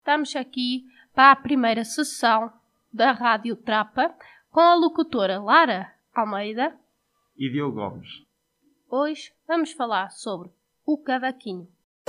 Estamos aqui para a primeira sessão da Rádio Trapa com a locutora Lara Almeida e Diogo Gomes. Hoje vamos falar sobre o cavaquinho.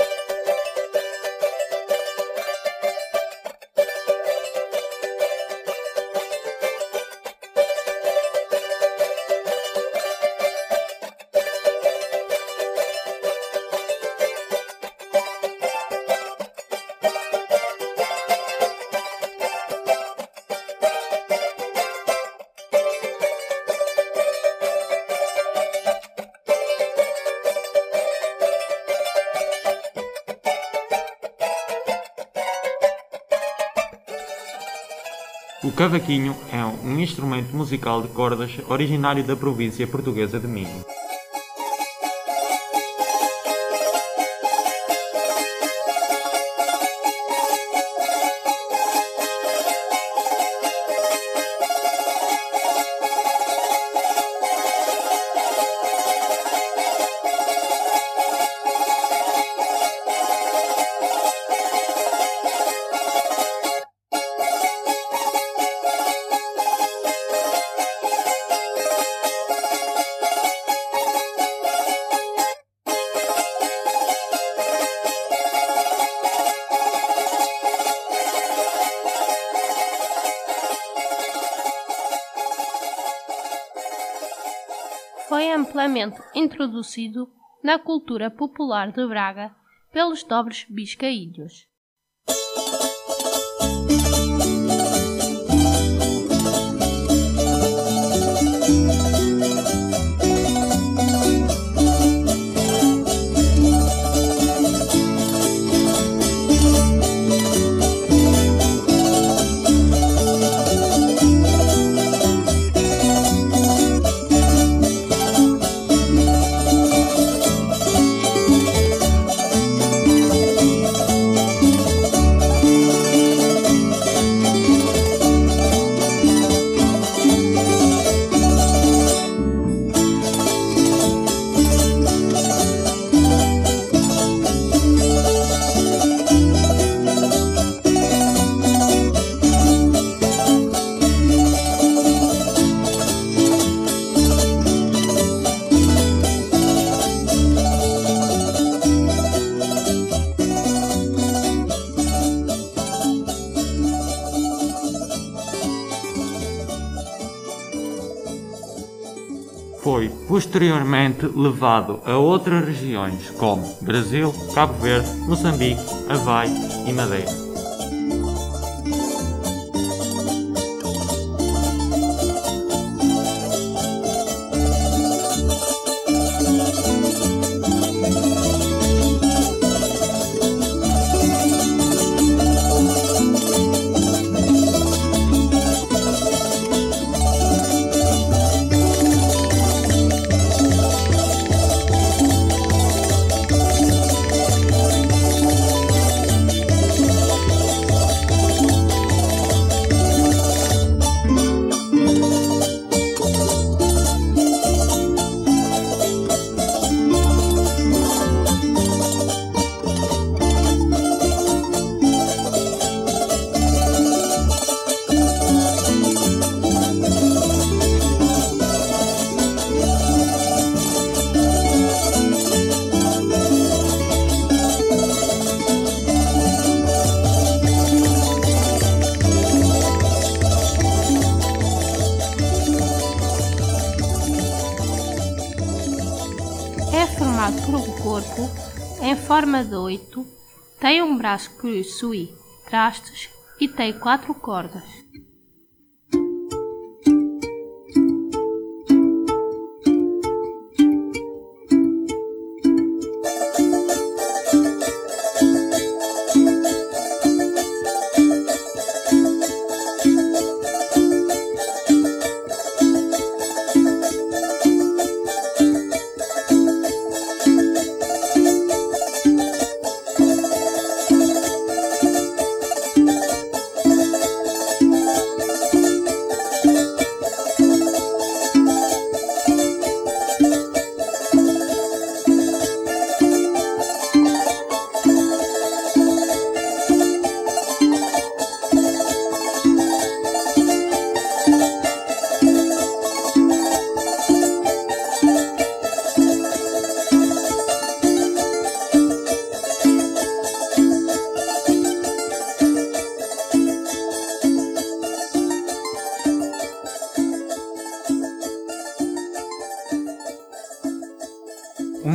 O cavaquinho é um instrumento musical de cordas originário da província portuguesa de Minho. Foi amplamente introduzido na cultura popular de Braga pelos nobres biscaínhos. Foi posteriormente levado a outras regiões como Brasil, Cabo Verde, Moçambique, Havaí e Madeira. É formado por um corpo em forma de 8, tem um braço que possui trastes e tem 4 cordas.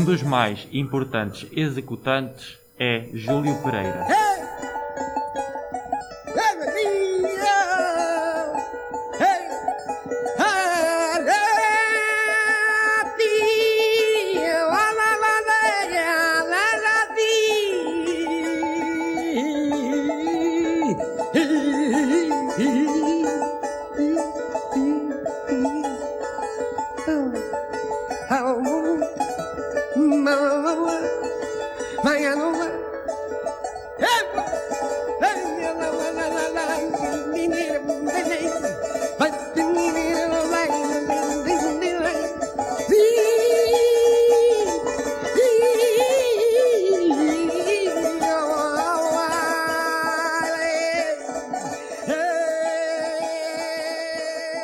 dos mais importantes executantes é Júlio Pereira.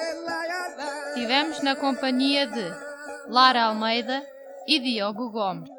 Estivemos na companhia de Lara Almeida e Diogo Gomes.